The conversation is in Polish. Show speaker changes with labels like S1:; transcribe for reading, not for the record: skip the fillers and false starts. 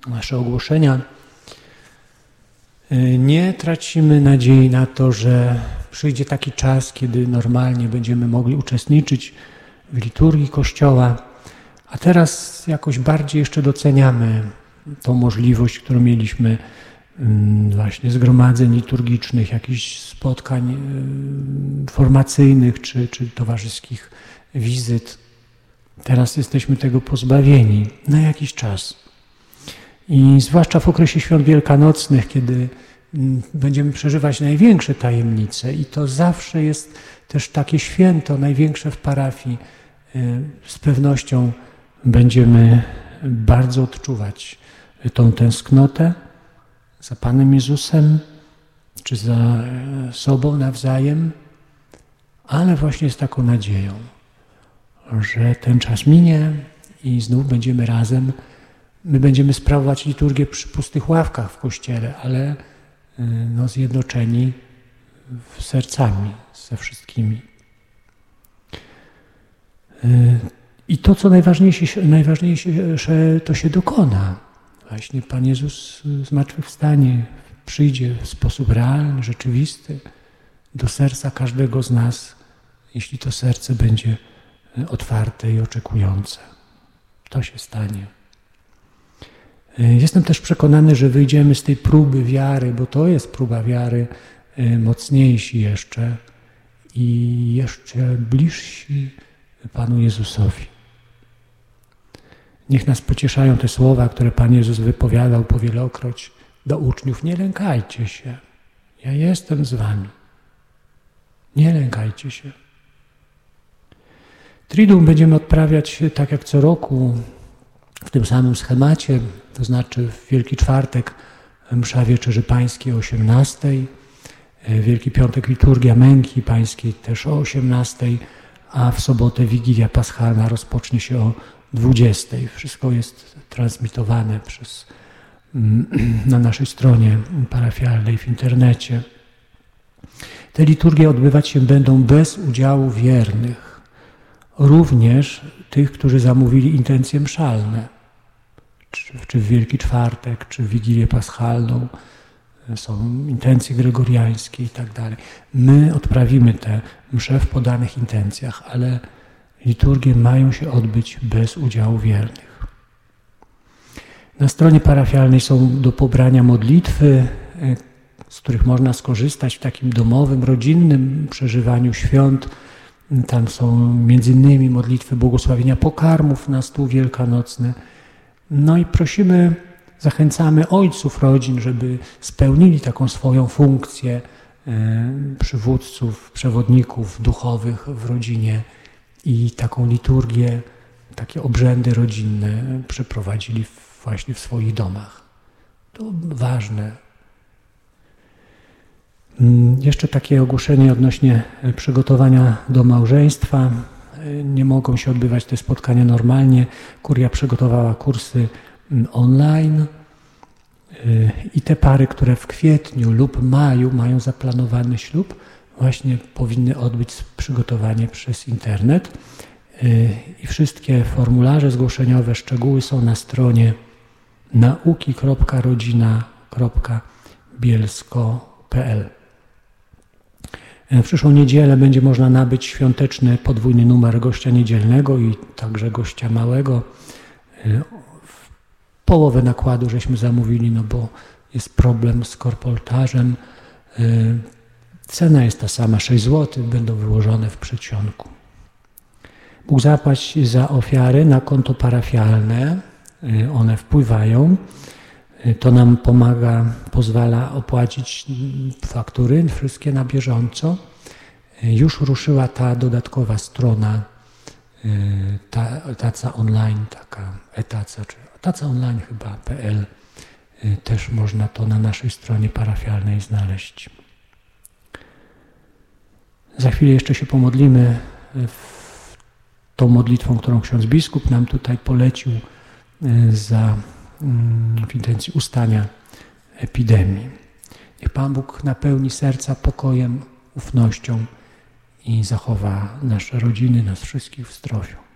S1: nasze ogłoszenia. Nie tracimy nadziei na to, że przyjdzie taki czas, kiedy normalnie będziemy mogli uczestniczyć w liturgii Kościoła, a teraz jakoś bardziej jeszcze doceniamy tą możliwość, którą mieliśmy właśnie zgromadzeń liturgicznych, jakichś spotkań formacyjnych czy towarzyskich wizyt. Teraz jesteśmy tego pozbawieni na jakiś czas. I zwłaszcza w okresie świąt wielkanocnych, kiedy będziemy przeżywać największe tajemnice i to zawsze jest też takie święto, największe w parafii. Z pewnością będziemy bardzo odczuwać tą tęsknotę za Panem Jezusem, czy za sobą nawzajem, ale właśnie z taką nadzieją, że ten czas minie i znów będziemy razem. My będziemy sprawować liturgię przy pustych ławkach w kościele, ale zjednoczeni sercami ze wszystkimi. I to, co najważniejsze, to się dokona. Właśnie Pan Jezus zmartwychwstanie, przyjdzie w sposób realny, rzeczywisty do serca każdego z nas, jeśli to serce będzie otwarte i oczekujące. To się stanie. Jestem też przekonany, że wyjdziemy z tej próby wiary, bo to jest próba wiary, mocniejsi jeszcze i jeszcze bliżsi Panu Jezusowi. Niech nas pocieszają te słowa, które Pan Jezus wypowiadał powielokroć do uczniów. Nie lękajcie się, ja jestem z wami. Nie lękajcie się. Triduum będziemy odprawiać tak jak co roku, w tym samym schemacie, to znaczy w Wielki Czwartek msza Wieczerzy Pańskiej o 18:00, Wielki Piątek liturgia Męki Pańskiej też o 18:00, a w sobotę Wigilia Paschalna rozpocznie się o 20:00. Wszystko jest transmitowane na naszej stronie parafialnej w internecie. Te liturgie odbywać się będą bez udziału wiernych, również tych, którzy zamówili intencje mszalne, czy w Wielki Czwartek, czy w Wigilię Paschalną. Są intencje gregoriańskie i tak dalej. My odprawimy te msze w podanych intencjach, ale liturgie mają się odbyć bez udziału wiernych. Na stronie parafialnej są do pobrania modlitwy, z których można skorzystać w takim domowym, rodzinnym przeżywaniu świąt. Tam są m.in. modlitwy błogosławienia pokarmów na stół wielkanocny. No i prosimy, zachęcamy ojców rodzin, żeby spełnili taką swoją funkcję przywódców, przewodników duchowych w rodzinie i taką liturgię, takie obrzędy rodzinne przeprowadzili właśnie w swoich domach. To ważne. Jeszcze takie ogłoszenie odnośnie przygotowania do małżeństwa. Nie mogą się odbywać te spotkania normalnie. Kuria przygotowała kursy online i te pary, które w kwietniu lub maju mają zaplanowany ślub, właśnie powinny odbyć przygotowanie przez internet. I wszystkie formularze zgłoszeniowe, szczegóły są na stronie nauki.rodzina.bielsko.pl. W przyszłą niedzielę będzie można nabyć świąteczny podwójny numer gościa niedzielnego i także gościa małego. Połowę nakładu żeśmy zamówili, bo jest problem z korpoltarzem. Cena jest ta sama, 6 zł, będą wyłożone w przedsionku. Bóg zapłać za ofiary na konto parafialne, one wpływają. To nam pomaga, pozwala opłacić faktury wszystkie na bieżąco. Już ruszyła ta dodatkowa strona, taca online, taka e-taca, czy taca online chyba.pl. Też można to na naszej stronie parafialnej znaleźć. Za chwilę jeszcze się pomodlimy tą modlitwą, którą ksiądz biskup nam tutaj polecił w intencji ustania epidemii. Niech Pan Bóg napełni serca pokojem, ufnością i zachowa nasze rodziny, nas wszystkich w zdrowiu.